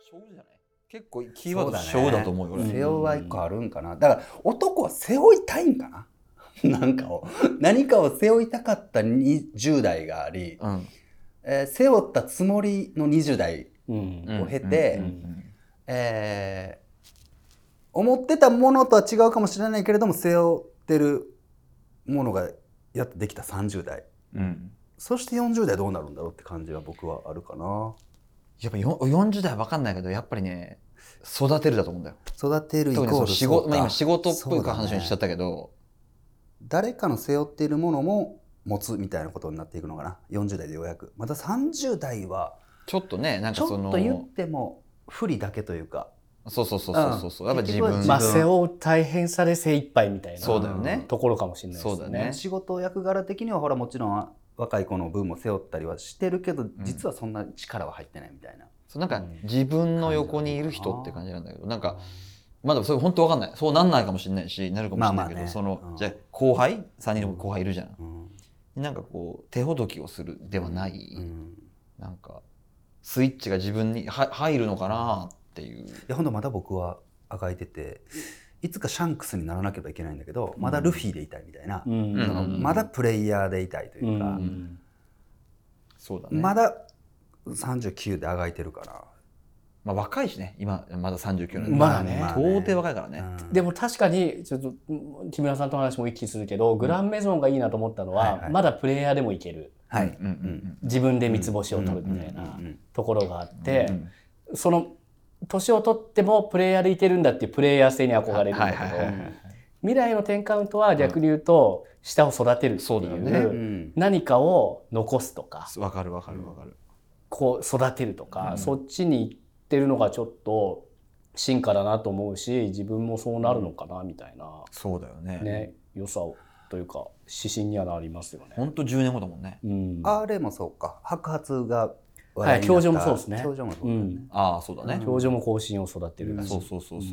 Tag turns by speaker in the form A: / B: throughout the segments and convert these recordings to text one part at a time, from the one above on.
A: 性じゃない？結構キーワード性だと思うよ、
B: ね、背負いは一個あるんかな。だから男は背負いたいんかな何かを背負いたかった20代があり、背負ったつもりの20代を経て、思ってたものとは違うかもしれないけれども背負ってるものがやっとできた30代、そして40代どうなるんだろうって感じは僕はあるかな。
A: やっぱ40代は分かんないけど、やっぱりね、育てるだと思うんだよ。
B: 育てるイコール
A: 仕事、今仕事っぽい話にしちゃったけど、
B: 誰かの背負っているものも持つみたいなことになっていくのかな。40代でようやく。また30代は
A: ちょっとね、なんかその
B: ちょっと言っても不利だけというか、
A: そうやっぱ自分、
C: 背負う大変さで精一杯みたいな
A: そうだよね、
C: ところかもしれないですね。
A: そうだね。
B: 仕事役柄的にはほらもちろん若い子の分も背負ったりはしてるけど、実はそんな力は入ってないみたいな。
A: そうなんか自分の横にいる人って感じなんだけど、なんかまだそれ本当わかんない。そうなんないかもしれないし、なるかもしれないけど、そのじゃあ後輩3人の後輩いるじゃん。なんかこう手ほどきをするではない、なんかスイッチが自分に入るのかなっていう。い
B: やほんとまだ僕はあがいてて、いつかシャンクスにならなければいけないんだけど、まだルフィでいたいみたいな、まだプレイヤーでいたいというか、
A: そうだね。
B: まだ39であがいてるから。
A: まあ若いしね、今まだ39なんで、
C: まあね、
A: 到底若いからね。
C: でも確かにちょっと木村さんとの話も一気するけど、グランメゾンがいいなと思ったのは、まだプレイヤーでもいける、自分で三つ星を取るみたいなところがあって、その年を取ってもプレイヤーでいけるんだっていうプレイヤー性に憧れるんだけど、未来の10カウントは逆に言うと下を育てるっていう何かを残すとか、
A: わかる
C: こう育てるとか、そっちに行ってるのがちょっと進化だなと思うし、自分もそうなるのかなみたいな、
A: そうだよね。
C: ね、良さというか指針にはなりますよね。
A: 本当10年後だもんね。
B: あれもそうか、白髪が
C: はい、教授もそうですね。
B: 教授もそうだね。
A: ああそうだね。
C: 教授も後進を育てるらしい。
A: そう。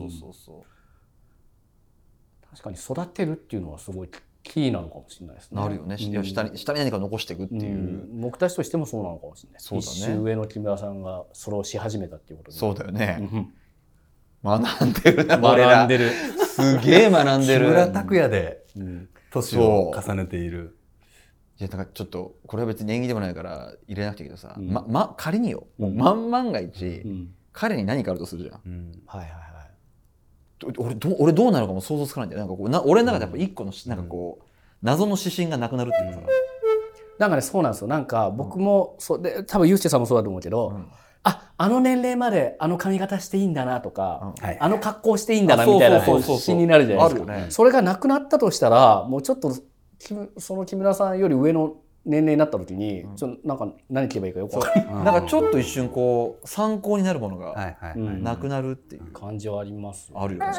C: 確かに育てるっていうのはすごいキーなのかもしれないですね。
A: なるよね。下に何か残していくっていう。
C: 僕たちとしてもそうなのかもしれない。
A: そうだね。
C: 一周上の木村さんがそれをし始めたっていうことで。
A: そうだよね。学んでるな。
C: 学んでる。
A: すげえ学んでる。
B: 木村拓哉で年を重ねている。
A: いやだからちょっとこれは別に縁起でもないから入れなくていいけどさ、仮によ、万が一、彼に何かあるとするじゃん。俺どうなるかも想像つかないんだよ。なんかこう俺の中でやっぱ一個のなんかこう謎の指針がなくなるっていうかさ。
C: なんかね、そうなんですよ。なんか僕もそうで、多分ユースケさんもそうだと思うけど、あの年齢まであの髪型していいんだなとか、あの格好していいんだなみたいな指針になるじゃないですか。それがなくなったとしたら、もうちょっとその木村さんより上の年齢になった時に、ちょっとなんか何着ればいいかよく分からない。
A: なんかちょっと一瞬こう参考になるものがなくなるっていう
C: 感じはあります。
A: あるよね。ちょ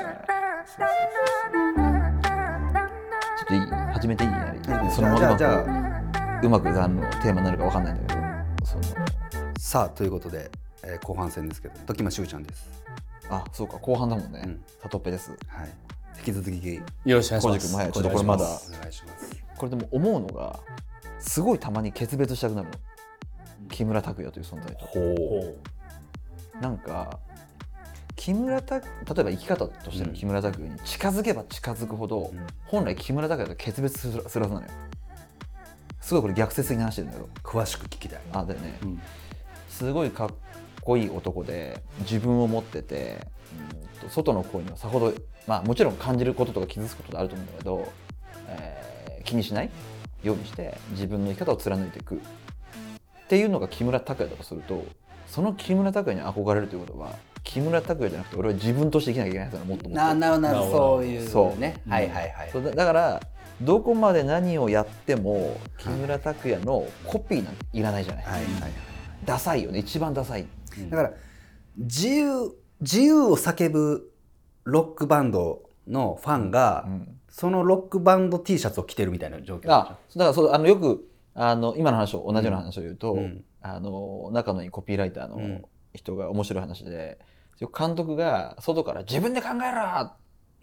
A: っといい始めていいそのうまく何のテーマになるか分かんないんだけど。
B: さあということで、後半戦ですけど、時間しゅうちゃんです。
A: あ、そうか後半だもんね。さとっぺです。
B: はい。引き続き
C: よろしくお願いします。
A: ちょっとこれまだ
B: お願いします。
A: これでも思うのがすごいたまに決別したくなるの。木村拓哉という存在と。なんか例えば生き方としての木村拓哉に近づけば近づくほど、本来木村拓哉と決別するはずなのよ。すごいこれ逆説的な話なんだけど、
B: 詳しく聞きたい。
A: だよね。すごいかっこいい男で自分を持ってて、外の声にはさほどもちろん感じることとか傷つくことあると思うんだけど、気にしないようにして自分の生き方を貫いていくっていうのが木村拓哉だとすると、その木村拓哉に憧れるということは木村拓哉じゃなくて俺は自分として生きなきゃいけないはずなの。もっともっと
B: なるほどそういうね。
A: だからどこまで何をやっても木村拓哉のコピーなんていらないじゃない。ダサいよね、一番ダサい。
B: だから自由を叫ぶロックバンドのファンが、そのロックバンド T シャツを着てるみたいな状況。
A: だからよく今の話を同じような話を言うと、仲のいいコピーライターの人が面白い話で、監督が外から自分で考えろっ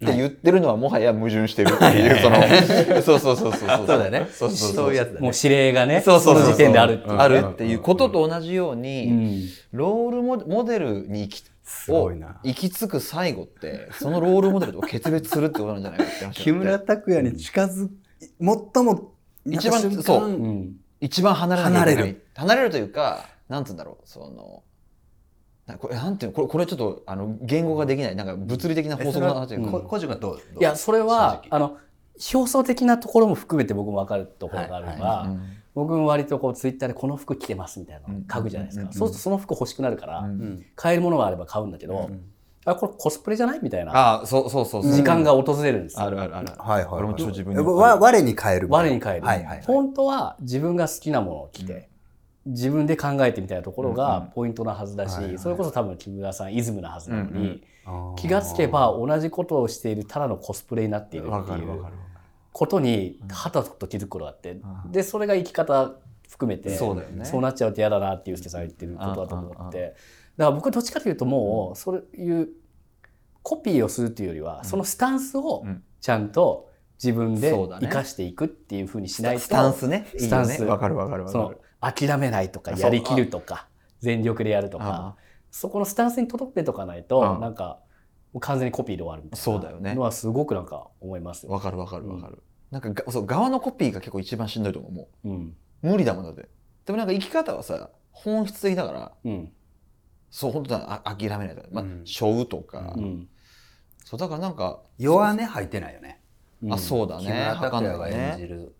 A: って言ってるのはもはや矛盾してるっていうそう
B: そうだね。そういうやつだね。
C: もう指令がね、
A: その
C: 時点であるっていう、
A: あるっていうことと同じように、ロールモデルに行き着く最後ってそのロールモデルと決別するってことなんじゃないかって話。
B: 木村拓哉に近づ最も
A: 一番一番離れるというか、なんつうんだろう、これなんていうの、これちょっと言語ができないなんか物理的な法則だなというか。
B: 個人がどう？
C: いやそれは表層的なところも含めて僕も分かるところがあるのが、僕も割とツイッターでこの服着てますみたいなの書くじゃないですか。そうするとその服欲しくなるから、買えるものがあれば買うんだけど、あこれコスプレじゃないみたいな時間が訪れるんですよ。
A: ある。俺も自分に
B: 我に返る。
C: 本当は自分が好きなものを着て、自分で考えてみたいなところがポイントなはずだし、それこそ多分木村さんイズムなはずなのに、気がつけば同じことをしているただのコスプレになっているっていうことにはたと気づくことがあって、でそれが生き方含めてそうなっちゃうと嫌だなっていう介さん言ってることだと思って、だから僕はどっちかというともうそういうコピーをするっていうよりはそのスタンスをちゃんと自分で生かしていくっていうふうにしないと、
A: スタンスね、
C: スタンス、
A: わかる。
C: その諦めないとかやりきるとか全力でやるとか、そこのスタンスにとどめとかないとなんか完全にコピーで終わるみたいなのはすごくなんか思いますよ。
A: わかる。なんか側のコピーが結構一番しんどいと思う。無理だもんだって。でもなんか生き方はさ本質的だから、そう本当だ諦めないとか、背負うとか、そうだからなんか
B: 弱音吐いてないよね。
A: そうだね。
B: 木村拓哉が演じる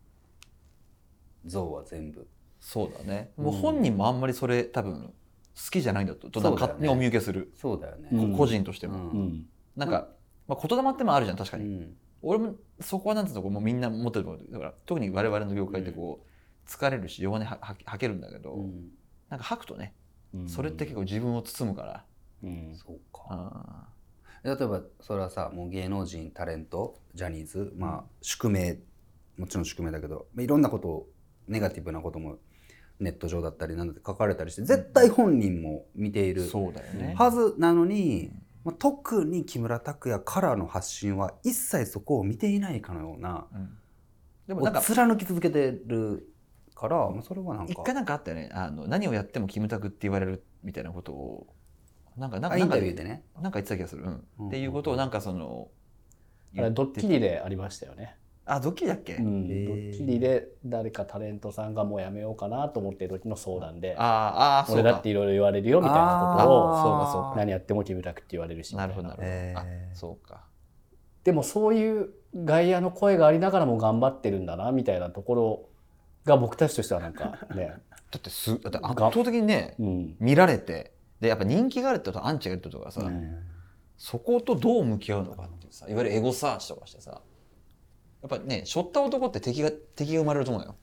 B: 像は全部。
A: そうだね。もう本人もあんまりそれ多分好きじゃないんだと勝手にお見受けする。
B: そうだよね。
A: 個人としても。なんか言霊ってもあるじゃん確かに。俺もそこはなんていうのもうみんな持ってると思う。だから特に我々の業界って疲れるし弱音吐けるんだけど、なんか吐くとね、それって結構自分を包むから。
B: そうか。例えばそれはさもう芸能人タレントジャニーズ宿命もちろん宿命だけどいろんなことをネガティブなこともネット上だったりなんだって書かれたりして絶対本人も見ているはずなのに、特に木村拓哉からの発信は一切そこを見ていないかのような、でもなんか貫き続けてるからそれはなんか
A: 一回なんかあったよね。何をやってもキムタクって言われるみたいなことをなんか
B: インタビューでね
A: なんか言ってた気がする、っていうことをなんか
C: あれドッキリでありましたよね。
A: ドッキリだっけ？
C: ドッキリで誰かタレントさんがもうやめようかなと思っている時の相談で俺だっていろいろ言われるよみたいなことを何やってもキムタクって言われるしみたいな。
A: なるほど。そうか。
C: でもそういう外野の声がありながらも頑張ってるんだなみたいなところが僕たちとしてはなんかね
A: だって圧倒的にね、見られてでやっぱ人気があるってこととアンチがいるってことがさ、そことどう向き合うのかっていうさいわゆるエゴサーチとかしてさやっぱね背負った男って敵が生まれると思うよ。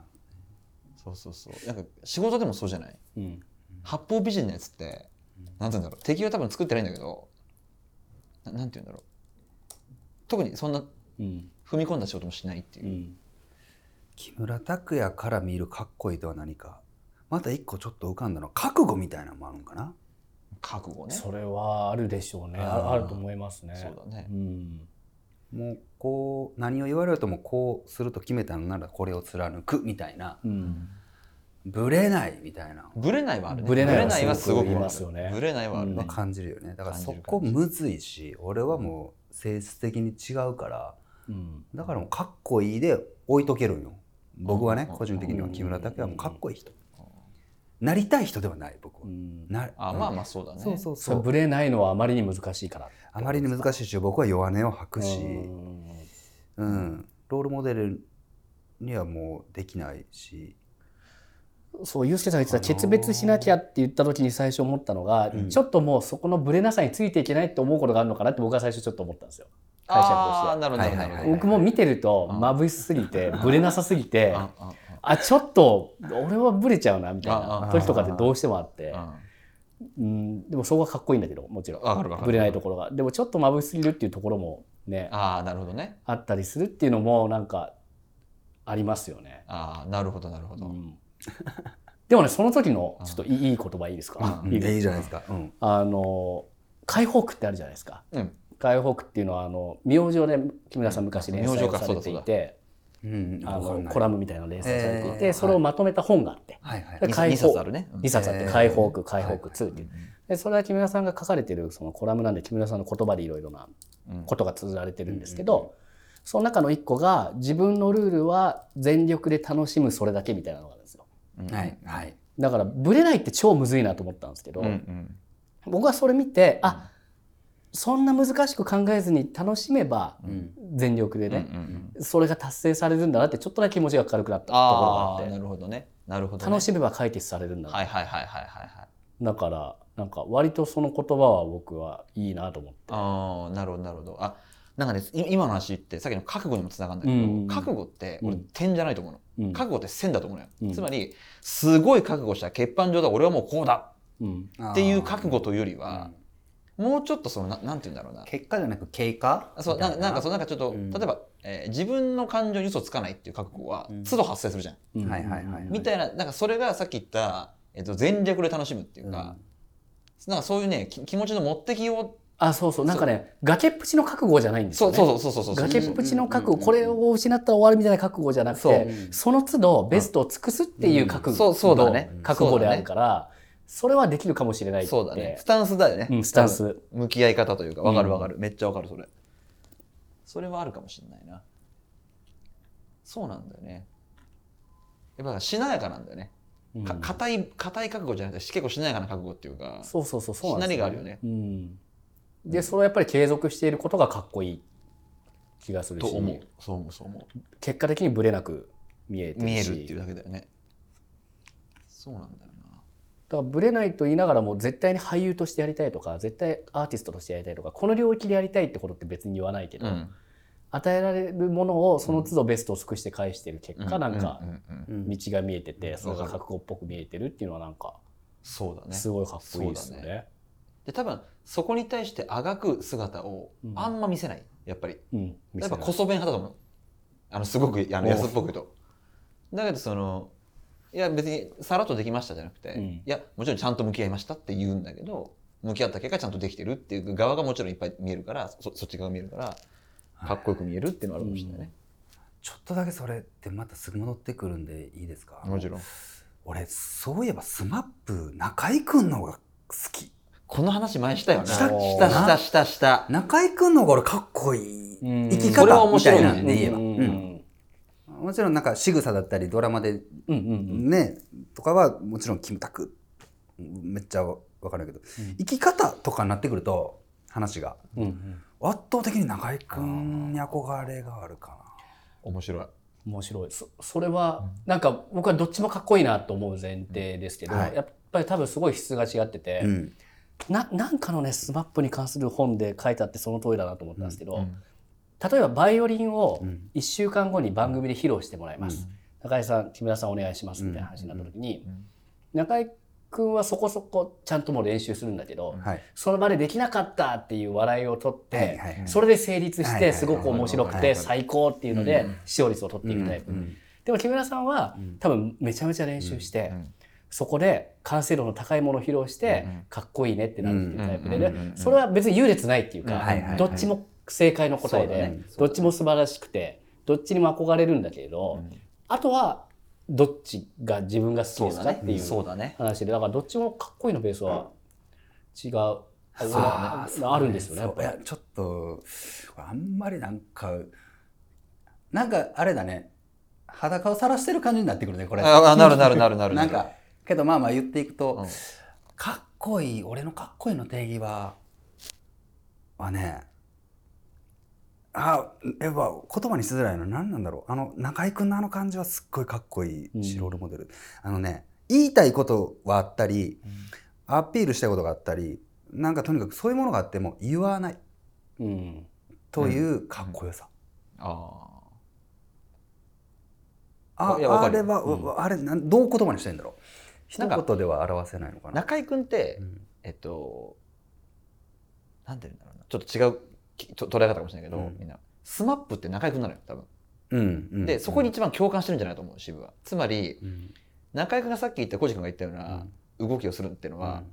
A: そうなんか仕事でもそうじゃない、八方美人のやつってなんて言うんだろう敵は多分作ってないんだけどなんて言うんだろう特にそんな踏み込んだ仕事もしないっていう、
B: 木村拓哉から見るかっこいいとは何かまた一個ちょっと浮かんだのは覚悟みたいなのもあるのかな。
A: 覚悟ね。
C: それはあるでしょうね。あると思いますね。
A: そうだね。
B: もうこう何を言われるともこうすると決めたのならこれを貫くみたいな、ブレないみたいな。
A: ブレないはあるね。
C: ブレないはすごく言いますよね。
A: ブレないはあるね。
B: 感じるよね。だからそこむずいし俺はもう性質的に違うから、だからもうかっこいいで置いとけるんよ。僕はね個人的には木村拓哉はもうかっこいい人。なりたい人ではない僕は。
A: まあそうだね。
C: そうブレないのはあまりに難しいから。
B: あまりに難しいし僕は弱音を吐くし、ロールモデルにはもうできないし。
C: そうユースケさんが言ってた決別しなきゃって言った時に最初思ったのが、ちょっともうそこのブレなさについていけないって思うことがあるのかなって僕は最初ちょっと思ったんですよ。解釈として。
A: なるほど。
C: 僕も見てると眩しすぎてブレなさすぎて。ちょっと俺はブレちゃうなみたいな時とかってどうしてもあって、でもそこがかっこいいんだけどもちろんブレないところがでもちょっと眩しすぎるっていうところもね
A: なるほどね
C: あったりするっていうのもなんかありますよね。
A: なるほど、
C: でもねその時のちょっといい言葉いいですか？
B: いいじゃないですか。
C: 解放区ってあるじゃないですか。 海北っていうのは明星で木村さん昔連載をされていて、コラムみたいなの連載されていて、それをまとめた本があって、
A: 2冊あるね。
C: 2冊あって海北2っていう。でそれは木村さんが書かれてるそのコラムなんで木村さんの言葉でいろいろなことが綴られてるんですけど、その中の一個が自分のルールは全力で楽しむそれだけみたいなのがあるんですよ。だからブレないって超むずいなと思ったんですけど、僕はそれ見てそんな難しく考えずに楽しめば全力でね、それが達成されるんだなってちょっとだけ気持ちが軽くなったところがあって、
A: なるほどね、なるほどね、
C: 楽しめば解決されるんだな。だからなんか割とその言葉は僕はいいなと思って。
A: なるほどなるほど。なんかね、今の話ってさっきの覚悟にもつながるんだけど、覚悟って俺点じゃないと思うの、覚悟って線だと思うのよ、つまりすごい覚悟した欠板状だ俺はもうこうだっていう覚悟というよりは、もうちょっとそのなんて言うんだろうな、
B: 結果じゃなく経過、
A: そうなんかちょっと、例えば、自分の感情に嘘つかないっていう覚悟は都度発生するじゃん、みたいな、なんかそれがさっき言った、全力で楽しむっていうか、なんかそういうね気持ちの持ってきよう、
C: そうなんかね、崖っぷちの覚悟じゃないんですよね。
A: そう
C: 崖っぷちの覚悟、これを失ったら終わるみたいな覚悟じゃなくて、その都度ベストを尽くすっていう覚悟であるから、それはできるかもしれないって。
A: そうだね、スタンスだよね、
C: スタンス、
A: 向き合い方というか、わかる、めっちゃわかる、それはあるかもしれないな。そうなんだよね、やっぱしなやかなんだよね、硬い覚悟じゃなくて結構しなやかな覚悟っていうか、
C: そう
A: しなりがあるよね。
C: でそれをやっぱり継続していることがかっこいい気がするし、
A: そう思う。
C: 結果的にブレなく見える
A: っていうだけだよね。そうなんだよな。
C: だからブレないと言いながらも絶対に俳優としてやりたいとか絶対アーティストとしてやりたいとかこの領域でやりたいってことって別に言わないけど、与えられるものをその都度ベストを尽くして返してる結果、なんか道が見えてて、それが覚悟っぽく見えてるっていうのはなんか
A: そうだね、
C: すごいかっこいいですよね。
A: で多分そこに対してあがく姿をあんま見せない、やっぱり、やっぱこそ弁派だと思う、すごく安っぽく言うと。だけどいや別にさらっとできましたじゃなくて、いやもちろんちゃんと向き合いましたって言うんだけど、向き合った結果ちゃんとできてるっていう側がもちろんいっぱい見えるから、そっち側が見えるからかっこよく見えるっていうのはあるかもしれないね。
B: ちょっとだけそれってまたすぐ戻ってくるんでいいですか？
A: もちろん。
B: 俺そういえばSMAP中居君の方が好き。
A: この話前したよね。した
B: 中居君の方が俺かっこいい生き方みたいなんで言えば、もちろんなんか仕草だったりドラマでねとかはもちろんキムタクめっちゃ分かるけど、生き方とかになってくると話が圧倒的に中居君に憧れがあるかな。
C: 面白い。それはなんか僕はどっちもかっこいいなと思う前提ですけど、やっぱり多分すごい質が違ってて、なんかのねSMAPに関する本で書いてあってその通りだなと思ったんですけど、例えばバイオリンを1週間後に番組で披露してもらいます、中居さん木村さんお願いしますみたいな話になった時に、中居君はそこそこちゃんとも練習するんだけど、その場でできなかったっていう笑いを取って、それで成立してすごく面白くて最高っていうので視聴率を取っていくタイプ、でも木村さんは多分めちゃめちゃ練習して、そこで完成度の高いものを披露してかっこいいねってなるっていうタイプで、それは別に優劣ないっていうか、どっちも正解の答えで、どっちも素晴らしくてどっちにも憧れるんだけれど、あとはどっちが自分が好きですかっていう話で、だからどっちもかっこいいのベースは違うあるんですよね。やっぱ
B: りちょっとあんまりなんかあれだね、裸を晒してる感じになってくるねこれ。
A: なる
B: なんかけどまあ言っていくと、かっこいい、俺のかっこいいの定義はね、やっぱ言葉にしづらいの何なんだろう。中居君の感じはすっごいかっこいいし、ロールモデル。言いたいことはあったり、アピールしたいことがあったり、なんかとにかくそういうものがあっても言わない、というかっこよさ。あれはどう言葉にしたいんだろう。一言では表せないのかな。
A: 中居君ってなんて言うんだろうな、ちょっと違う捉え方かもしれないけど、みんなSMAPって中居君なのよ多分。でそこに一番共感してるんじゃないと思う、渋は。つまり中居君がさっき言った小路君が言ったような動きをするっていうのは、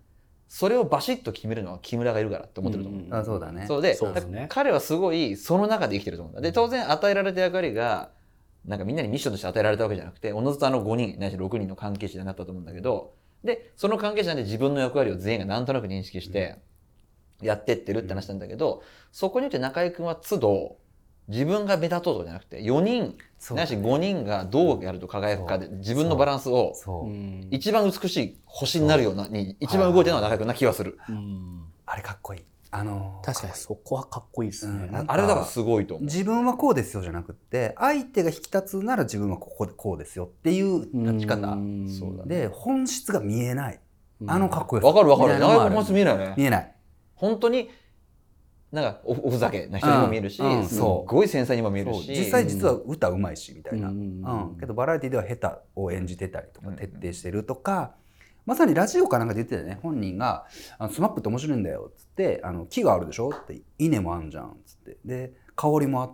A: それをバシッと決めるのは木村がいるからって思ってると思う。
B: あ、そうだね。
A: そうで、
C: そうですね。
A: 彼はすごいその中で生きてると思うんだ。で、当然与えられた役割が、なんかみんなにミッションとして与えられたわけじゃなくて、おのずと5人、ないし6人の関係者になったと思うんだけど、で、その関係者で自分の役割を全員がなんとなく認識して、やってってるって話なんだけど、そこによって中居君は都度、自分が目立とうとかじゃなくて、4人、ないし5人がどうやると輝くかで、自分のバランスを、一番美しい星になるような、に一番動いてるのは中居君な気がする。
B: あれかっこいい。
C: 確かにそこはかっこいいですね。
A: あれだからすごいと思う。
B: 自分はこうですよじゃなくて、相手が引き立つなら自分はこうですよっていう立ち方で、本質が見えない。かっこよさ。
A: わかるわかる。中居君本質見えないね。
B: 見えない。
A: 本当に、なんかおふざけな人にも見えるし、すごい繊細にも見えるし。
B: 実際実は歌うまいしみたいな。けどバラエティでは下手を演じてたりとか徹底してるとか、まさにラジオかなんかで言ってたよね。本人がスマップって面白いんだよっつって、木があるでしょって、稲もあんじゃんっつって、で香りもあって、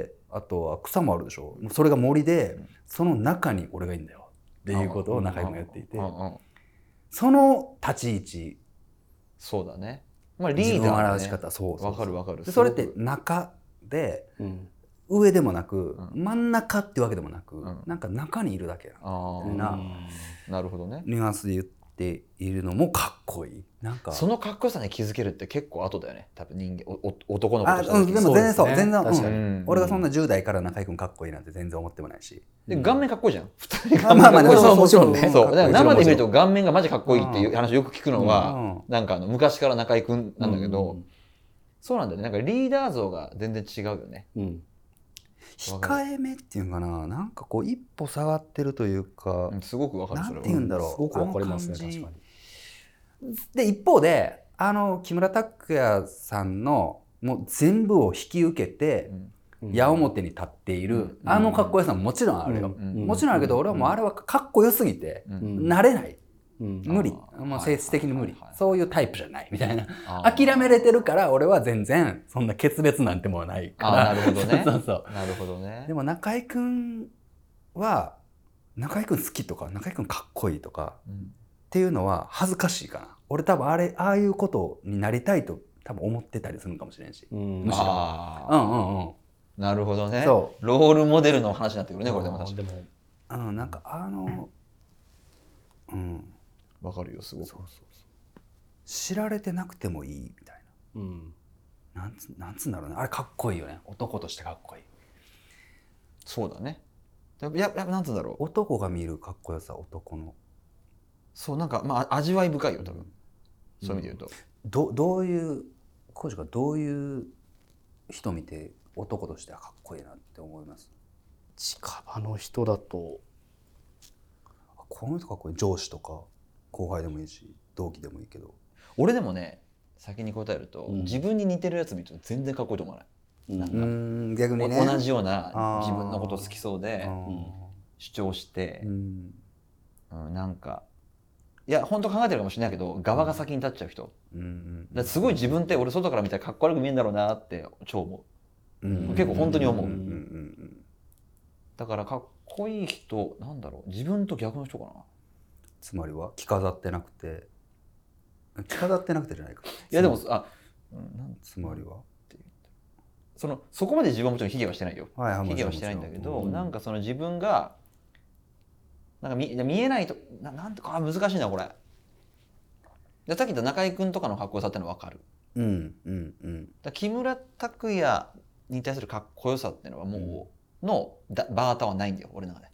B: あとは草もあるでしょ。それが森で、その中に俺がいいんだよっていうことを中居君が言っていて、その立ち位置。
A: そうだね。まあリーダーの
B: 表し方、そう
A: わかるわかる。
B: それって中で、上でもなく、真ん中ってわけでもなく、なんか中にいるだけな。
A: なるほどね。
B: ニュアンスで言っているのもかっこいい。なんか
A: そのかっこよさに気づけるって結構後だよね。多分男の子として。
B: でも全然そう、全然、俺がそんな10代から中居君かっこいいなんて全然思ってもないし。
A: で顔面かっこいいじゃん。
C: 2人まあもちろんね。
A: そう。生で見ると顔面がマジかっこいいっていう話をよく聞くのは、なんか昔から中居君なんだけど、そうなんだよね。なんかリーダー像が全然違うよね。
B: 控えめっていうかな、なんかこう一歩下がってるというか、
A: すごくわかる。
B: なんて言うんだろう。
C: すごくわかりますね、確か
B: に。で一方で木村拓哉さんのもう全部を引き受けて矢面に立っているかっこよさももちろんあるよ。もちろんあるけど、俺はもうあれはかっこよすぎてなれない。無理。もう性質的に無理。そういうタイプじゃないみたいな。諦めれてるから俺は全然そんな決別なんてもうないから。
A: なるほどね。
B: そうそう。
A: なるほどね。
B: でも中居君は中居君好きとか中居君かっこいいとかっていうのは恥ずかしいかな。俺多分ああいうことになりたいと多分思ってたりするかもしれんし。むしろ。
A: なるほどね。ロールモデルの話になってくるね、これでも確か
B: に。なんか
A: わかるよ、すごく。
B: 知られてなくてもいいみたいな。なんつうんだろうね。あれかっこいいよね。男としてかっこいい。
A: そうだね。なんつうんだろう。
B: 男が見るかっこよさ、男の。
A: そう、なんか、まあ、味わい深いよ、多分。そういう意味で言う
B: と。どういう、浩司がどういう人見て男としてはかっこいいなって思います？
C: 近場の人だと。
B: この人かっこいい。上司とか後輩でもいいし同期でもいいけど、
A: 俺でもね先に答えると、自分に似てるやつ見ると全然かっこいいと思わない。なんか
B: 逆にね、
A: 同じような自分のこと好きそうで主張して、なんかいや本当考えてるかもしれないけど側が先に立っちゃう人、すごい自分って俺外から見たらかっこ悪く見えるんだろうなって超思う。結構本当に思う。だからかっこいい人なんだろう、自分と逆の人かな。
B: つまりは着飾ってなくてじゃないか。
A: いやでも
B: つまりは
A: そこまで自分はもちろん卑下はしてないよ。卑下はしてないんだけど、なんかその自分がなんか見えないとなんとか難しいなこれ。でさっき言った中居君とかのかっこよさってのは分かる。だ木村拓哉に対するかっこよさっていうのはもうバーターはないんだよ俺の中で。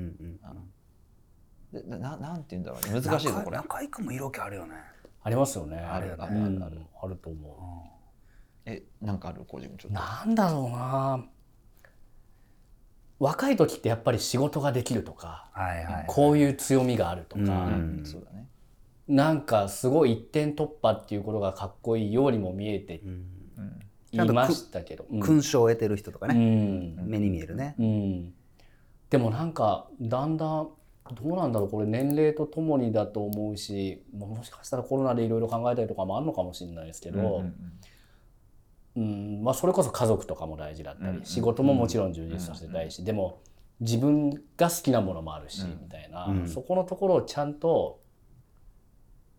A: なんて言うんだろうね、難しいぞこれ。
B: 中居君も色気あるよね。
C: ありますよね。
A: ある
C: と思
A: う。なんかある？個人ちょっと。
C: なんだろうな。若い時ってやっぱり仕事ができるとか、こういう強みがあるとか、
A: そうだね。
C: なんかすごい一点突破っていうことがかっこいいようにも見えていましたけど、
B: 勲章を得てる人とかね、目に見えるね。
C: でもなんかだんだんどうなんだろう、これ年齢とともにだと思うし、もしかしたらコロナでいろいろ考えたりとかもあるのかもしれないですけど、それこそ家族とかも大事だったり、仕事ももちろん充実させたいし、でも自分が好きなものもあるしみたいな、そこのところをちゃんと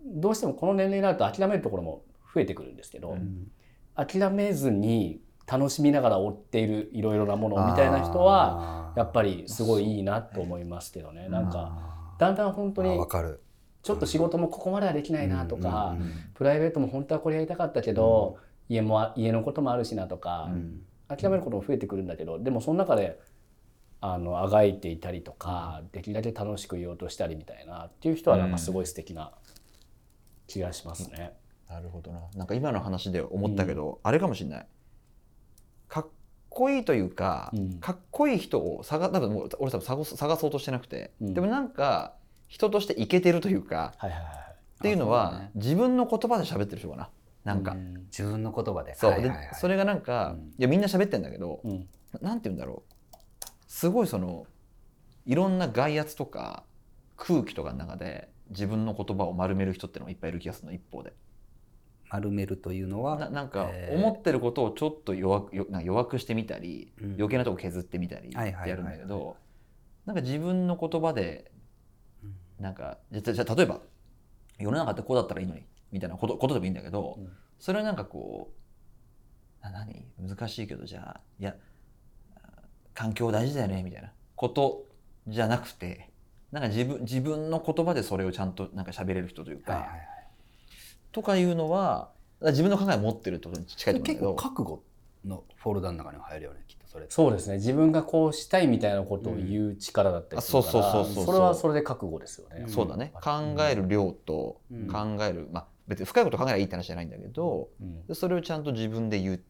C: どうしてもこの年齢になると諦めるところも増えてくるんですけど、諦めずに楽しみながら追っているいろいろなものみたいな人はやっぱりすごいいいなと思いますけどね。なんかだんだん本当にちょっと仕事もここまではできないなとか、プライベートも本当はこれやりたかったけど、家のこともあるしなとか、諦めることも増えてくるんだけど、でもその中であがいていたりとか、できるだけ楽しくいようとしたりみたいなっていう人はなんかすごい素敵な気がしますね。
A: なるほどな。なんか今の話で思ったけど、あれかもしれない。かっこいいというか、かっこいい人を多分俺探そうとしてなくて、でもなんか人としてイケてるというか、っていうのは自分の言葉で喋ってる人かな。なんか
B: 自分の言葉で。
A: そうで、それがなんか、いやみんな喋ってんだけど、なんて言うんだろう。すごいいろんな外圧とか空気とかの中で自分の言葉を丸める人ってのがいっぱいいる気がするの、一方で。
B: 丸めるというのは
A: なんか思ってることをちょっと弱くしてみたり、余計なとこ削ってみたりってやるんだけど、なんか自分の言葉でなんかじゃあ例えば世の中ってこうだったらいいのにみたいなことでもいいんだけど、それはなんかこう難しいけど、じゃあいや環境大事だよねみたいなことじゃなくて、なんか自分の言葉でそれをちゃんとなんか喋れる人というか、とかいうのは自分の考えを持ってるってことに近いと思うんだけど、
B: 結構覚悟のフォルダの中に入るよね、きっとそれ。
C: そうですね。自分がこうしたいみたいなことを言う力だったりするから、それはそれで覚悟ですよね。
A: そうだね。考える量と考える、別に深いこと考えればいいって話じゃないんだけど、それをちゃんと自分で言って、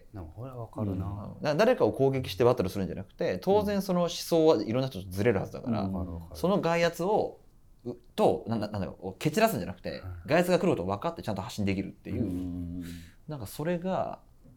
B: これはわかるな。
A: 誰かを攻撃してバトルするんじゃなくて、当然その思想はいろんな人とずれるはずだから、その外圧をなんだろう、蹴散らすんじゃなくて、外圧が来ることを分かってちゃんと発信できるっていう、なんかそれが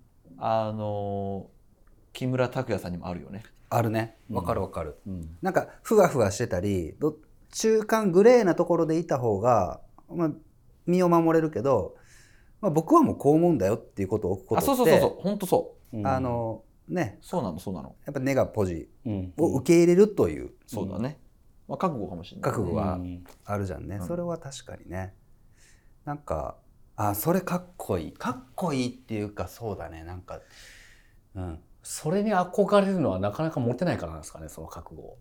A: 木村拓哉さんにもあるよね。
B: あるね。わかるわかる。なんかふわふわしてたり、中間グレーなところでいた方が、身を守れるけど、僕はもうこう思うんだよっていうことを置くことって、
A: そう本当そう。
B: ね。そうな
A: の。
B: やっぱネガポジを受け入れるという。
A: そうだね。覚悟かもしれない。
B: 覚悟はあるじゃんね。それは確かにね。なんかそれかっこいい。かっこいいっていうか、そうだね。なんか、
C: それに憧れるのはなかなか持てないからなんですかね、その覚悟を。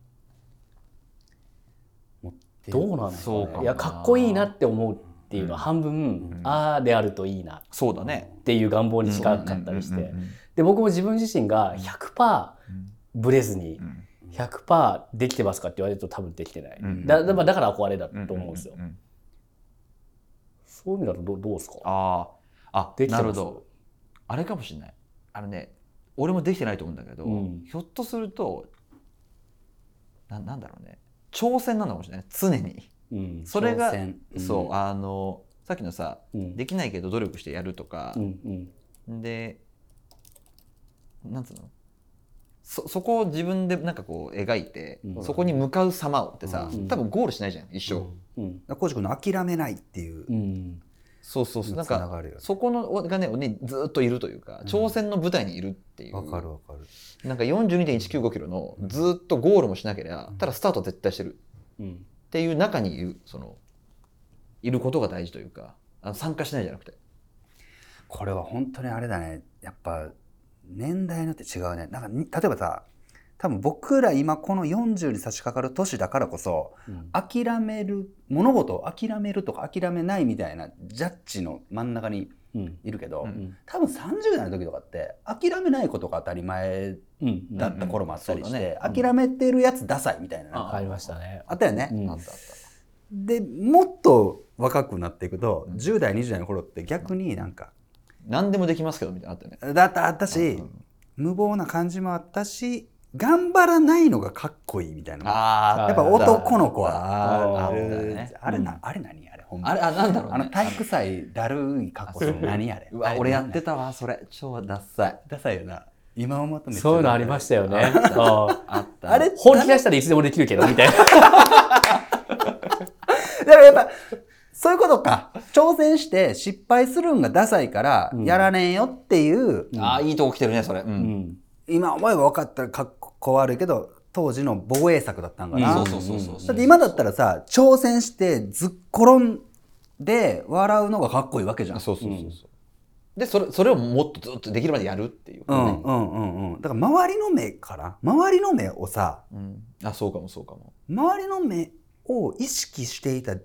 C: どうなんですかね。いや、かっこいいなって思うっていうのは半分、であるといいな。
A: そうだね。
C: っていう願望に近かったりして。で、僕も自分自身が 100% ブレずに、100% できてますかって言われると多分できてない。だから憧れだと思うんですよ。そういう意味だとどうですか？
A: なるほど。あれかもしれない。俺もできてないと思うんだけど、ひょっとするとなんだろうね、挑戦なのかもしれない。常に。それがそうさっきのさ、できないけど努力してやるとか、でなんつうの、そこを自分でなんかこう描いて、そこに向かう様をってさ、多分ゴールしないじゃん一生。
B: コウジ君の諦めないっていう、
A: そうなんかそこのがねずっといるというか、挑戦の舞台にいるっていう。
B: わかる。
A: なんか 42.195 キロのずっとゴールもしなければ、ただスタートは絶対してるっていう中にいることが大事というか、参加しないじゃなくて。
B: これは本当にあれだね。やっぱ年代によって違うね。なんか例えばさ、多分僕ら今この40に差し掛かる年だからこそ、物事を諦めるとか諦めないみたいなジャッジの真ん中にいるけど、多分30代の時とかって諦めないことが当たり前だった頃もあったりして、諦めてるやつダサいみたいな、
C: ありましたね。
B: あったよね。でもっと若くなっていくと、10代20代の頃って逆になんか
A: 何でもできますけどみたいなあったよね。
B: あったし、無謀な感じもあったし、頑張らないのがかっこいいみたいな。やっぱ男の子はあれ何あれほんま。
A: あれなんだろうね。
B: 体育祭だるい格好する何あれ。
A: 俺やってたわそれ。超ダサい。
B: ダサいよな。今思うとめっちゃ
C: そういうのありましたよね。
A: あった。
B: あれ
C: 本気出したらいつでもできるけどみたいな。
B: だからやっぱそういうことか。挑戦して失敗するんがダサいからやらねえよっていう。
A: いいとこ来てるねそれ。
B: 今思えば分かったらかっこ悪いけど、当時の防衛策だったんかな。
A: そう。
B: だって今だったらさ、挑戦してずっころんで笑うのがかっこいいわけじゃん。
A: そうそうそうそう、でそれをもっとずっとできるまでやるっていう、ね、
B: だから周りの目から周りの目をさ、
A: あ、そうかもそうかも、
B: 周りの目を意識していた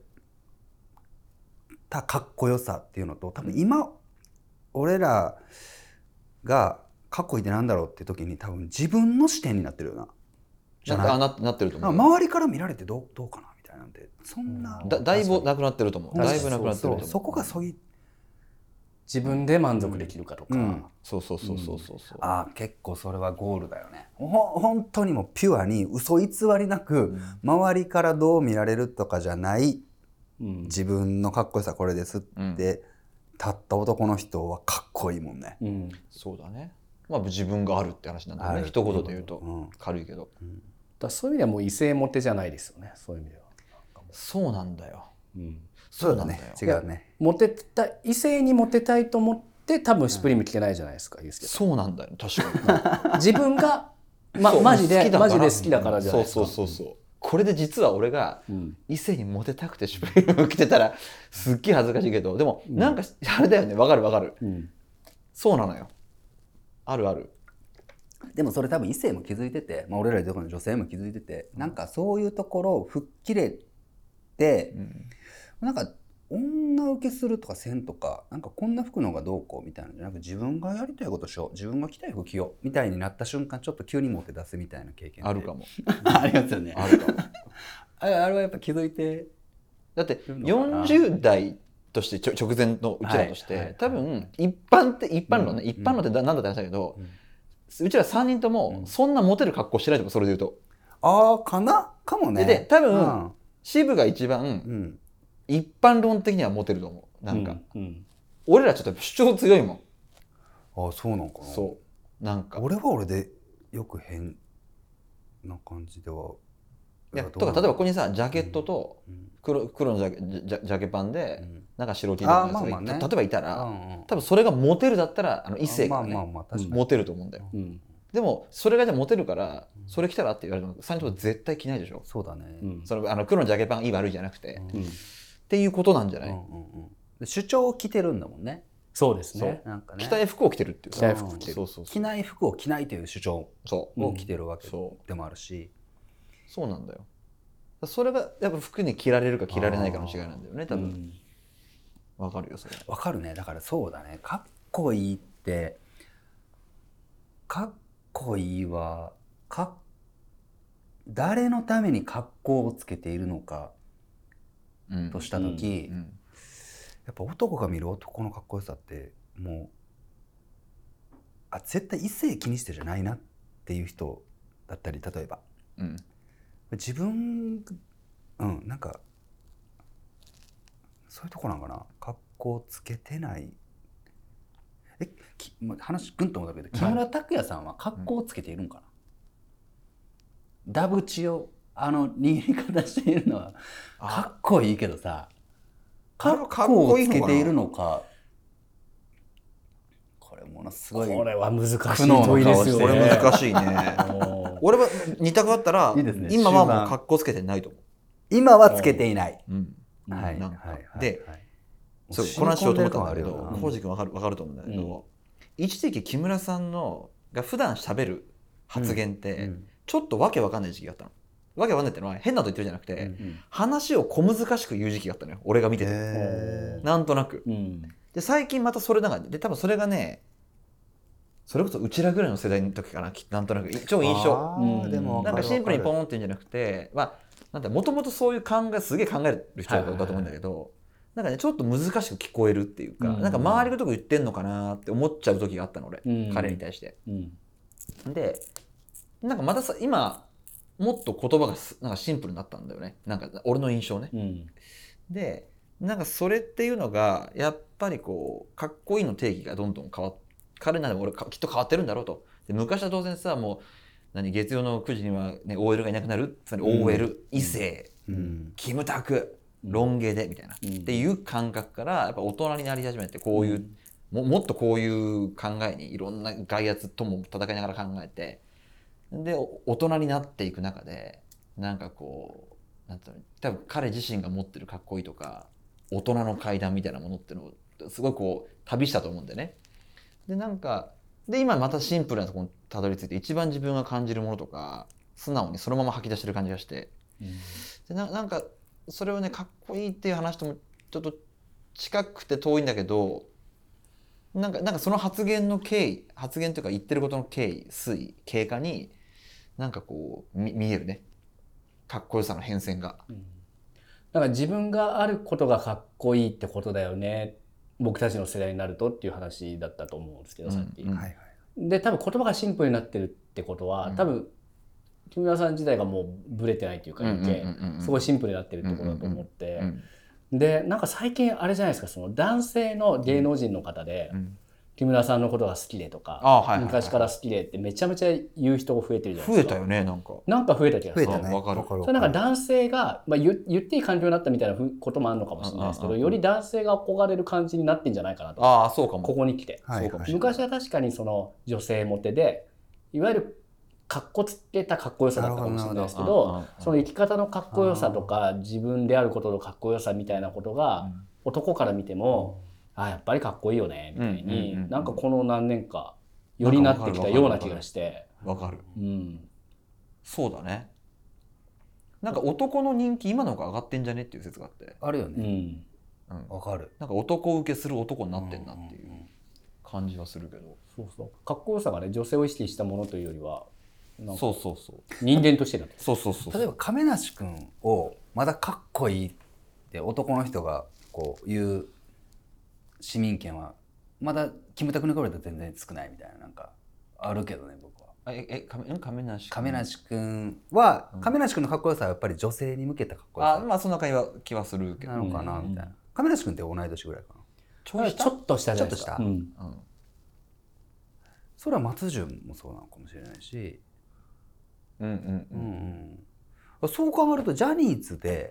B: かっこよさっていうのと、多分今俺らがかっこいいってなんだろうって時に多分自分の視点になってるよな。
A: じゃないなってると思う。
B: 周りから見られてどうかなみたいなんで、そんな
A: だいぶなくなってると思う。だいぶなくなってると思う。
B: そこが
C: 自分で満足できるかとか、
A: そう、
B: 結構それはゴールだよね。本当にもうピュアに嘘偽りなく、周りからどう見られるとかじゃない、自分のかっこよさこれですって立った男の人はかっこいいもんね。
A: そうだね。まあ自分があるって話なんだよね。一言で言うと軽いけど、
C: だそういう意味ではもう異性モテじゃないですよね。そういう意味では。
A: そうなんだよ。
B: そうだね。違うね。
C: モテた異性にモテたいと思って多分スプリーム聞けないじゃないですか。ユースケさん。
A: そうなんだよ。確かに。
C: 自分がマジで好きだからじゃないですか。
A: そう。これで実は俺が異性にモテたくてスプリーム着てたらすっげえ恥ずかしいけど、でもなんかあれだよね。わかる。そうなのよ。ある。
B: でもそれ多分異性も気づいてて、俺らのところの女性も気づいてて、なんかそういうところを吹っ切れて、なんか女受けするとかせんとか、なんかこんな服の方がどうこうみたいなのじゃなく、自分がやりたいことしよう、自分が着たい服着ようみたいになった瞬間、ちょっと急にモテ出すみたいな経験
A: あるかも。
B: ありますよね。
A: あるかも。
B: あれはやっぱ気づいて、
A: だって40代として直前のうちらとして、多分一般論ね、一般論って何だって話だけど、うちら3人ともそんなモテる格好してないと思う。それで言うと
B: かもね。
A: で多分渋が一番一般論的にはモテると思う。なんか俺らちょっと主張強いもん。
B: そうなんかな。
A: そうなんか
B: 俺は俺でよく変な感じでは。
A: とか例えばここにさジャケットと黒のジャケパンでなんか白 T とかのやつが例えばいたら、多分それがモテるだったら異性がねモテると思うんだよ。でもそれがじゃあモテるからそれ着たらって言われても3人とも絶対着ないでしょ。
B: そうだね。
A: 黒のジャケパンいい悪いじゃなくてっていうことなんじゃない？
B: 主張を着てるんだもんね。
C: そうですね。
A: 着たい服を着てるっていう。
C: 着たい服を着てる。
B: 着ない服を着ないという主張を着てるわけでもあるし。
A: そうなんだよ。それがやっぱ服に着られるか着られないかの違いなんだよね、多分。わかるよそれ。
B: わかるね。だからそうだね。かっこいいってかっこいいは誰のために格好をつけているのかとした時、やっぱ男が見る男のかっこよさってもう絶対異性気にしてじゃないなっていう人だったり、例えば。自分なんかそういうとこなんかな。格好つけてない話ぐんと戻るけど、木村拓哉さんは格好つけているんかな。ダブチを握り方しているのはかっこいいけどさ、格好をつけているのか。これものすごい。
C: これは難しい問いですよね。
A: これ難しいね。俺は2択あったら今はもう格好つけてないと思う。
B: 今はつけていない。
A: でこの話しようと思ったんだけど、浩司君分かると思うんだけど、一時期木村さんが普段喋る発言ってちょっとわけわかんない時期があったの。わけわかんないってのは変なこと言ってるじゃなくて、話を小難しく言う時期があったのよ、俺が見てて。なんとなく。で最近またそれで多分それがね、それこそうちらぐらいの世代の時かな、なんとなく超印象。なんかシンプルにポーンって言うんじゃなくて、もともとそういうすげえ考える人だと思うんだけど、なんかねちょっと難しく聞こえるっていうか、なんか周りのとこ言ってんのかなって思っちゃう時があったの俺、彼に対して。でなんかまたさ今もっと言葉がなんかシンプルになったんだよね、なんか俺の印象ね。でなんかそれっていうのがやっぱりこうかっこいいの定義がどんどん彼なら俺きっと変わってるんだろうと。で昔は当然さ、もう月曜の9時には、ね、OL がいなくなる、つまり OL、異性、キムタク、ロン毛でみたいな、っていう感覚からやっぱ大人になり始めて、こういう、もっとこういう考えにいろんな外圧とも戦いながら考えて、で大人になっていく中でなんかこうなんていうの、多分彼自身が持ってるかっこいいとか大人の階段みたいなものっていうのをすごいこう旅したと思うんでね。でなんかで今またシンプルなところにたどり着いて一番自分が感じるものとか素直にそのまま吐き出してる感じがして、でなんかそれをねかっこいいっていう話ともちょっと近くて遠いんだけど、なんかその発言の経緯、発言というか言ってることの経緯、推移、経過になんかこう見えるね、かっこよさの変遷が。
C: だから自分があることがかっこいいってことだよね、僕たちの世代になるとっていう話だったと思うんですけど、さっき。で多分言葉がシンプルになってるってことは、多分木村さん自体がもうブレてないというか、すごいシンプルになってるってことだと思って、でなんか最近あれじゃないですか、その男性の芸能人の方で、木村さんのことが好きでとか、昔から好きでってめちゃめちゃ言う人が増えてるじゃないですか。
A: 増えたよね、なんか
C: 増えた気がする。
A: わかる。
C: それなんか男性が、言っていい環境になったみたいなこともあるのかもしれないですけど、より男性が憧れる感じになってんじゃないかなと。
A: そうかも。
C: ここに来て。昔は確かにその女性モテで、いわゆるかっこつけたかっこよさだったかもしれないですけど、その生き方のかっこよさとか自分であることのかっこよさみたいなことが男から見ても、やっぱりかっこいいよねみたいに、なんかこの何年かよりなってきたような気がして。
A: わかる。そうだね。なんか男の人気今の方が上がってんじゃねっていう説があって。
B: あるよね。わかる。
A: なんか男受けする男になってんなっていう感じはするけど。
C: かっこよさがね、女性を意識したものというよりは、
A: そう
C: 人間としてだと。
A: そう
B: 例えば亀梨君をまだかっこいいって男の人がこう言う市民権はまだキムタクに比べたら全然少ないみたいな、なんかあるけどね、僕は。亀梨君は、亀梨君のかっこよさはやっぱり女性に向けたかっこよさ。
A: まあそんな気はするけど。
B: なのかなみたいな。亀梨君って同い年ぐらいか
C: な。ちょっと下じゃないですか。
B: それは松潤もそうなのかもしれないし。そう考えるとジャニーズで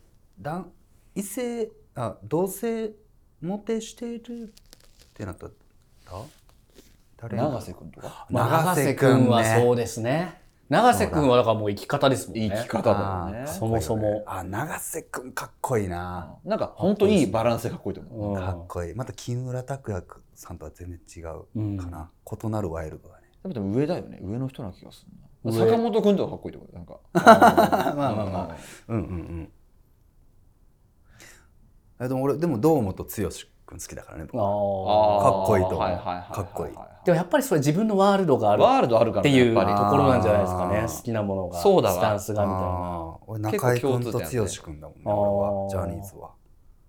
B: 同性モテしているってなったら誰？
A: 永瀬君とか。
C: 永瀬君はそうですね。永瀬君はだからもう生き方ですもんね。
A: 生き方だよね。
C: そもそも。
B: 永瀬君かっこいいな。
A: なんか本当いいバランスでかっこいいと思う。
B: かっこいい。また木村拓哉さんとは全然違うかな。異なるワイルドだね。
A: でも上だよね。上の人な気がするな。坂本君とかかっこいいと思う。なんか。
B: まあ。でも堂本剛君好きだからね。かっこいいと思う。かっこいい。
C: でもやっぱりそれ自分のワールドがあるっていうところなんじゃないですかね。好きなものが、スタンスがみたいな。
B: 俺中居君と剛君だもんね。俺はジャニーズは。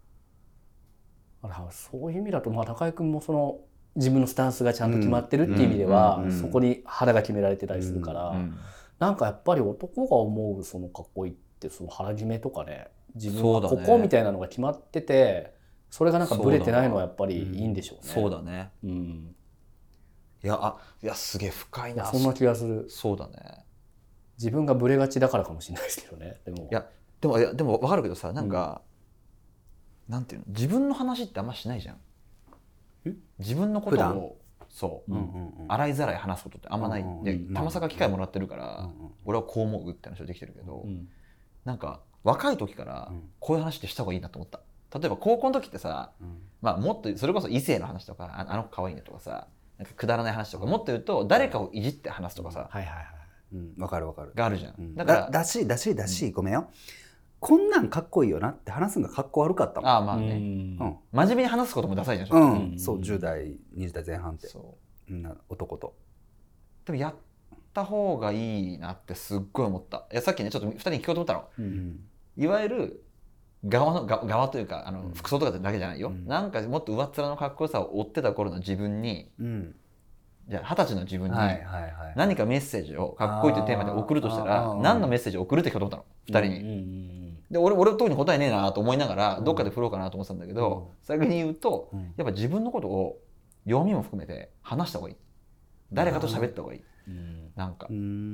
C: そういう意味だと、中居君もその自分のスタンスがちゃんと決まってるっていう意味では、そこに腹が決められてたりするから、なんかやっぱり男が思うそのかっこいいってその腹決めとかね、自分はここみたいなのが決まってて、それがなんかブレてないのはやっぱりいいんでしょうね。
A: そうだね。いやすげえ深いな。
C: そんな気がする。
A: そうだね。
C: 自分がブレがちだからかもしれないですけどね。で
A: も分かるけどさ、なんか、なんていうの、自分の話ってあんましないじゃん。自分のことを洗いざらい話すことってあんまない。でたまさか機会もらってるから、俺はこう思うって話はできてるけど、なんか若い時からこういう話ってした方がいいなと思った。例えば高校の時ってさ、もっとそれこそ異性の話とか、あの子可愛いねとかさ、なんかくだらない話とか、もっと言うと誰かをいじって話すとかさ、
B: わかる
A: があるじゃん。
B: だからだしごめんよ、こんなんかっこいいよなって話すのがかっこ悪かったもん。
A: まあね、真面目に話すこともダサいじゃ
B: ん。そう10代20代前半って男と。
A: でもやった方がいいなってすっごい思った。いやさっきねちょっと2人に聞こうと思ったの。いわゆる側というか服装とかだけじゃないよ。なんかもっと上っ面のかっこよさを追ってた頃の自分に、じゃあ20歳の自分に何かメッセージをかっこいいというテーマで送るとしたら何のメッセージを送るって聞こうと思ったの2人に。で俺特に答えねえなと思いながらどっかで振ろうかなと思ってたんだけど、先に言うとやっぱ自分のことを読みも含めて話した方がいい。誰かと喋った方がいい。なんか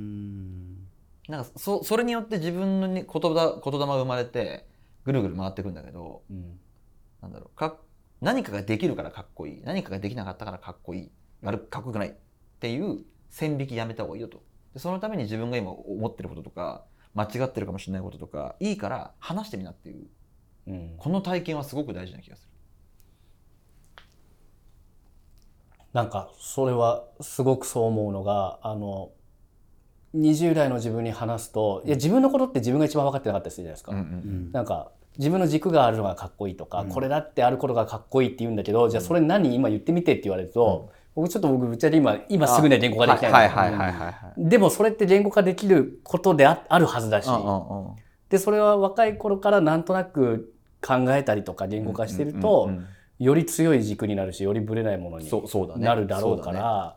A: それによって自分の言霊が生まれてぐるぐる回ってくんだけど、なんだろう、何かができるからかっこいい、何かができなかったからかっこいい、かっこよくないっていう線引きやめた方がいいよと。でそのために自分が今思ってることとか間違ってるかもしれないこととかいいから話してみなっていうこの体験はすごく大事な気がする。
C: なんかそれはすごくそう思うのが20代の自分に話すと、いや自分のことって自分が一番分かってなかったりするじゃないですか。なんか自分の軸があるのがかっこいいとか、これだってあることがかっこいいって言うんだけど、じゃあそれ何今言ってみてって言われると、僕ぶっちゃけ今すぐには言語化できないんで、でもそれって言語化できることであるはずだし、でそれは若い頃からなんとなく考えたりとか言語化してると、より強い軸になるし、よりぶれないものになるだろうから、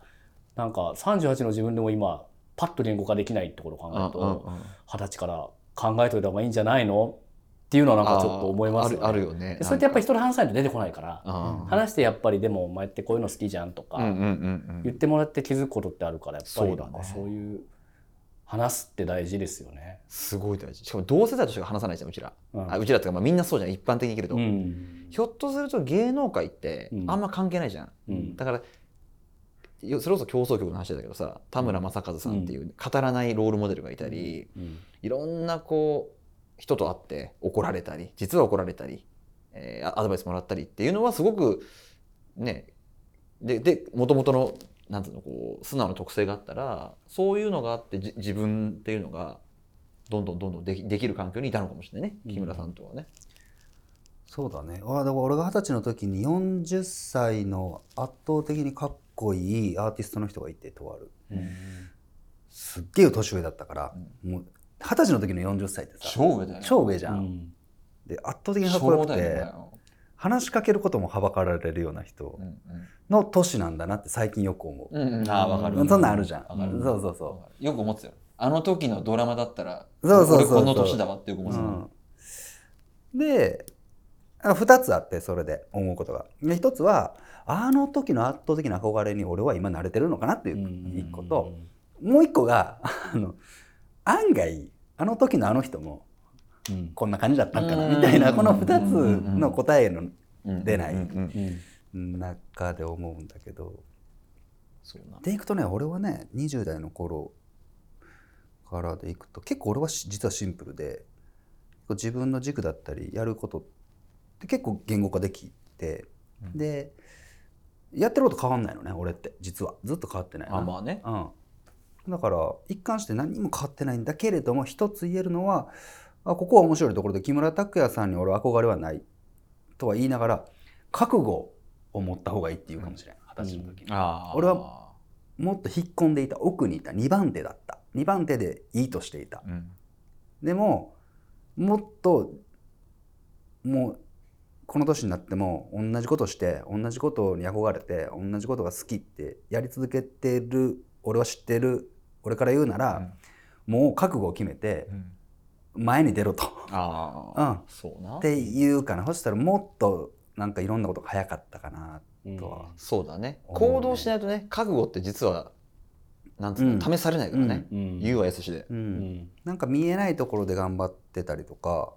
C: なんか38の自分でも今パッと言語化できないってことを考えると、20歳から考えといた方がいいんじゃないのっていうのはなんかちょっと思いますよね。
A: あるよね。
C: それってやっぱり人と話さないと出てこないから、話してやっぱりでもお前ってこういうの好きじゃんとか言ってもらって気づくことってあるから、やっぱりなんかそういう話すって大事ですよね。
A: すごい大事。しかも同世代としか話さないじゃん、うちら。うちらっていうかみんなそうじゃん、一般的に生きると。ひょっとすると芸能界ってあんま関係ないじゃん。だからそれこそ競争曲の話だけどさ、田村正和さんっていう語らないロールモデルがいたり、いろんなこう人と会って怒られたり、実は怒られたり、アドバイスもらったりっていうのはすごくね、で元々のなんていうの、こう素直な特性があったら、そういうのがあって自分っていうのがどんどんできる環境にいたのかもしれないね、木村さんとはね。
B: そうだね。だから俺が20歳の時に40歳の圧倒的にかっこいいアーティストの人がいて、とある。すっげえ年上だったから、もう20歳の時の40歳ってさ、
A: 超上だよね。
B: 超上じゃん。で圧倒的にかっこよくて、話しかけることもはばかられるような人の年なんだなって最近よく思う。
A: ああ、わかる。
B: そんなんあるじゃん。
A: そうそうそう。よく思ってたよ。あの時のドラマだったら、俺この年だわってよく思ってた。
B: で、2つあって、それで思うことが。1つは、あの時の圧倒的な憧れに俺は今慣れてるのかなっていう1個と、もう1個が、案外、あの時のあの人も、こんな感じだったんかなみたいな、この2つの答えの出ない中で思うんだけど、でいくとね、俺はね20代の頃からでいくと結構俺は実はシンプルで、自分の軸だったりやることって結構言語化できて、でやってること変わんないのね、俺って実はずっと変わってないな。
A: まあね。
B: だから一貫して何も変わってないんだけれども、一つ言えるのは、ここは面白いところで、木村拓哉さんに俺は憧れはないとは言いながら、覚悟を持った方がいいっていうかもしれない、20歳の時に。俺はもっと引っ込んでいた、奥にいた、2番手だった、2番手でいいとしていた。でももっと、もうこの年になっても同じことして同じことに憧れて同じことが好きってやり続けてる俺は知ってる。俺から言うなら、もう覚悟を決めて前に出ろと、
A: そうな
B: っていうかな。そしたらもっとなんかいろんなことが早かったかなとは。
A: そうだね。行動しないとね、覚悟って実はなんつうの、試されないからね。言うはやすしで。
B: なんか見えないところで頑張ってたりとか。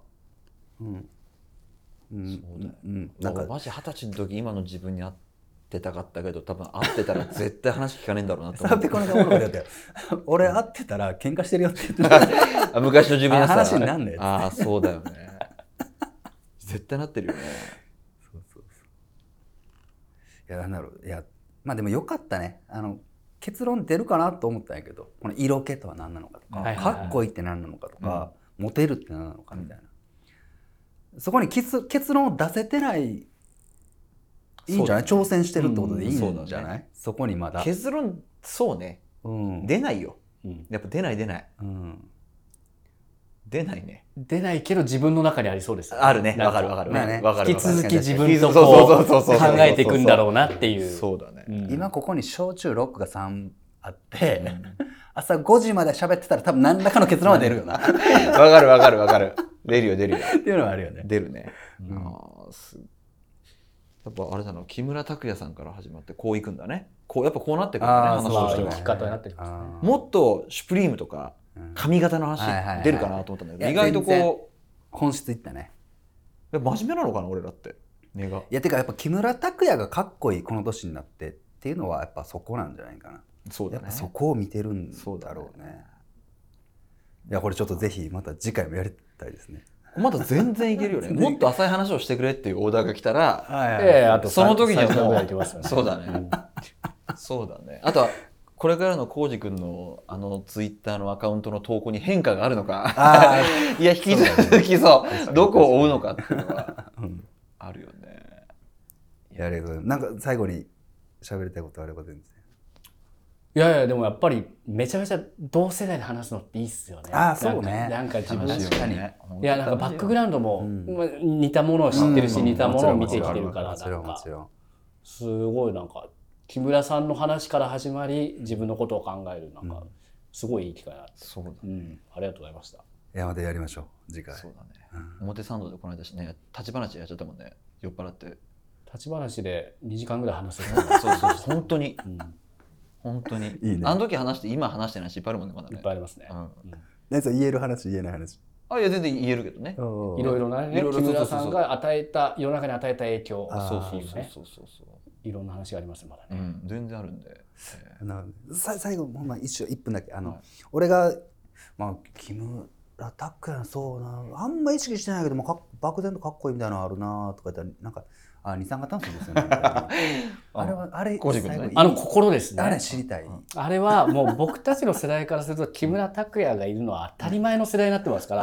A: なんかマジ20歳の時今の自分に会ってたかったけど、多分会ってたら絶対話聞かねえんだろうなと思って。
B: 俺会ってたら喧嘩してるよって言ってた。
A: 昔の自分に
B: 話になんねえ。
A: ああ、そうだよね。絶対なってるよね。
B: いや、なんだろう。いや、まあでもよかったね。結論出るかなと思ったんやけど、この色気とは何なのかとか、かっこいいって何なのかとか、モテるって何なのかみたいな。そこに結論を出せてない、いいんじゃない？挑戦してるってことでいいんじゃない？そこにまだ。
A: 結論、そうね。出ないよ。やっぱ出ない。出ないね。
C: 出ないけど自分の中にありそうですよね。
A: あるね。わかる。
C: 引き続き自分とこう考えていくんだろうなっていう。
A: そうだね。
B: 今ここに焼酎ロックが3あって、朝5時まで喋ってたら多分何らかの結論は出るよな。わ
A: かる。出るよ。って
B: いうのはあるよね。
A: 出るね。やっぱあれだな、木村拓哉さんから始まってこういくんだね。やっぱこうなってくるんだね、話をしても。
C: 生き方になってくる。
A: もっとシュプリームとか髪型の話出るかなと思ったんだけど、意外とこう
B: 本質いったね。
A: 真面目なのかな、俺らって根が。
B: いや、てかやっぱ木村拓哉がかっこいいこの年になってっていうのはやっぱそこなんじゃないかな。
A: そうだね。
B: やっぱそこを見てるんだろうね。いや、これちょっとぜひまた次回もやりたいですね。
A: まだ全然いけるよね。もっと浅い話をしてくれっていうオーダーが来たら、
C: あと
A: その時にはもう、
C: ね、
A: そうだね。そうだね。あとは、これからのコウジ君のツイッターのアカウントの投稿に変化があるのか、いや、引き続きどこを追うのかっていうのはあるよね。
B: ありがとうございます。なんか最後に喋りたいことあれば全然。
C: いやいや、でもやっぱりめちゃめちゃ同世代で話すのっていいっすよね。
B: そうね。
C: なんか自分
B: 確かに。
C: いや、なんかバックグラウンドも似たものを知ってるし、似たものを見てきてるから、なんかすごいなんか木村さんの話から始まり、自分のことを考える、なんかすごいいい機会だって。
A: そうだね。
C: ありがとうございました。
B: いや、またやりましょう、次回。
A: そうだね。表参道でこの間ね、立ち話やっちゃったもんね、酔っ払って。
C: 立ち話で2時間ぐらい話せる。
A: そう本当に。本当にいいね。あの時話して今話してないしいっぱいあるもんね、まだね。
C: いっぱいありますね。
B: 言える話言えない話。
A: いや全然言えるけどね。
C: いろいろなね、木村さんが与えた世の中に与えた影響、そういろんな話がありますまだね。
A: 全然あるんで。
B: 最後1分だけ俺が木村拓哉そうなあんま意識してないけども漠然とかっこいいみたいなのあるなとか言ったらなんか二酸化炭素ですよね。あれ
C: 心ですね。
B: あれ知りたい。
C: あれはもう僕たちの世代からすると木村拓哉がいるのは当たり前の世代になってますから、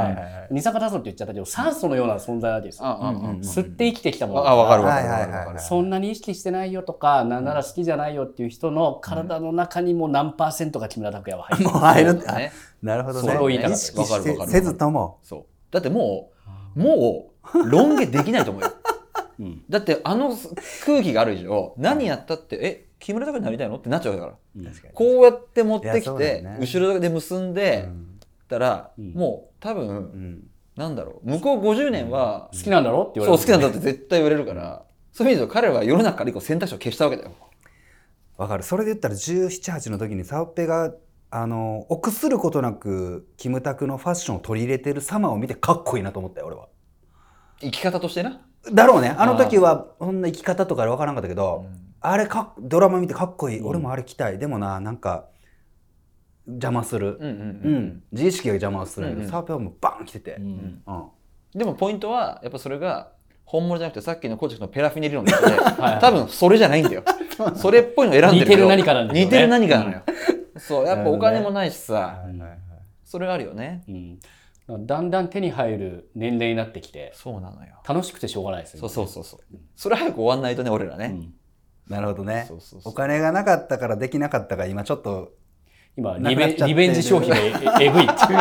C: 二酸化炭素って言っちゃったけど酸素のような存在なんですよ。吸って生きてきたもの。
A: わかる。
C: そんなに意識してないよとか、なんなら好きじゃないよっていう人の体の中にも何%が木村拓哉は入る。
B: なるほどね。
C: それを言いたかった。
B: 意識せずとも。
A: だってもう論議できないと思うよ。だって空気がある以上何やったって木村拓哉になりたいのってなっちゃうから、こうやって持ってきて後ろで結んでたらもう多分なんだろう、向こう50年は
C: 好きなんだろって言われる。
A: そう好きなんだって絶対言われるから、そういう意味で彼は世の中から一個選択肢を消したわけだよ。
B: わかる。それで言ったら17、8の時にサオペが臆することなくキムタクのファッションを取り入れてる様を見てかっこいいなと思ったよ俺は。
A: 生き方としてな。
B: だろうね。あの時はそんな生き方とかで分からなかったけど、あれドラマ見てかっこいい。俺もあれ着たい。でもなんか邪魔する。自意識が邪魔する。サーペはもうバン着てて。
A: でもポイントはやっぱそれが本物じゃなくて、さっきのコーチのペラフィネ理論で多分それじゃないんだよ。それっぽいの選んでるけど。似てる何かなんだよね。似てる何かなのよ。そう、やっぱお金もないしさ、それあるよね。
C: だんだん手に入る年齢になってきて、
A: そうなのよ。
C: 楽しくてしょうがないですよね。
A: そう。それ早く終わんないとね、俺らね。
B: なるほどね。お金がなかったからできなかったから今ちょっと
C: リベンジ消費がえぐいっていう。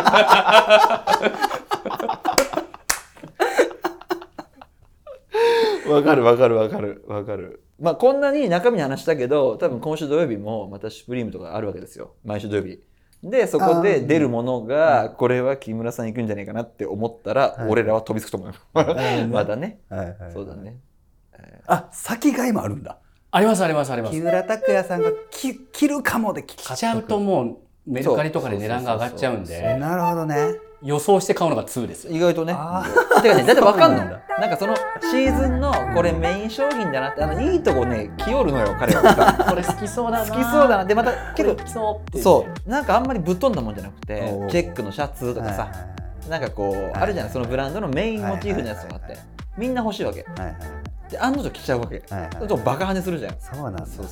A: わかる。まあこんなに中身話したけど、多分今週土曜日もまたシュプリームとかあるわけですよ。毎週土曜日。でそこで出るものがこれは木村さん行くんじゃないかなって思ったら俺らは飛びつくと思うよ。まだね。そうだね。
B: 先買いもあるんだ。
C: あります。
B: 木村拓哉さんが着るかもで
C: 着ちゃうともうメルカリとかで値段が上がっちゃうんで。
B: なるほどね。
C: 予想して買うのが2ですよ。
A: 意外とね。てかね、だって分かんの。なんかそのシーズンのこれメイン商品だなっていいとこね着よるのよ彼は。
C: これ好きそうだな。
A: 好きそうだな。でまた結構
C: そう
A: なんかあんまりぶっ飛んだもんじゃなくて、チェックのシャツとかさ、なんかこうあるじゃないそのブランドのメインモチーフのやつとかあってみんな欲しいわけ。で案の定着ちゃうわけ。そうとバカ跳ねするじゃん。
B: そうなんだ。そう。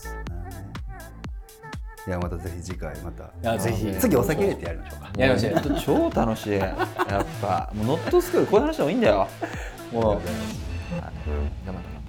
B: いやまたぜひ次回また。
C: いやぜひ
B: 次お酒入れてやりましょうか。
C: やりましょう。
A: 超楽しい。やっぱもうノットスクールこういう話でもいいんだよ。もう。頑張って。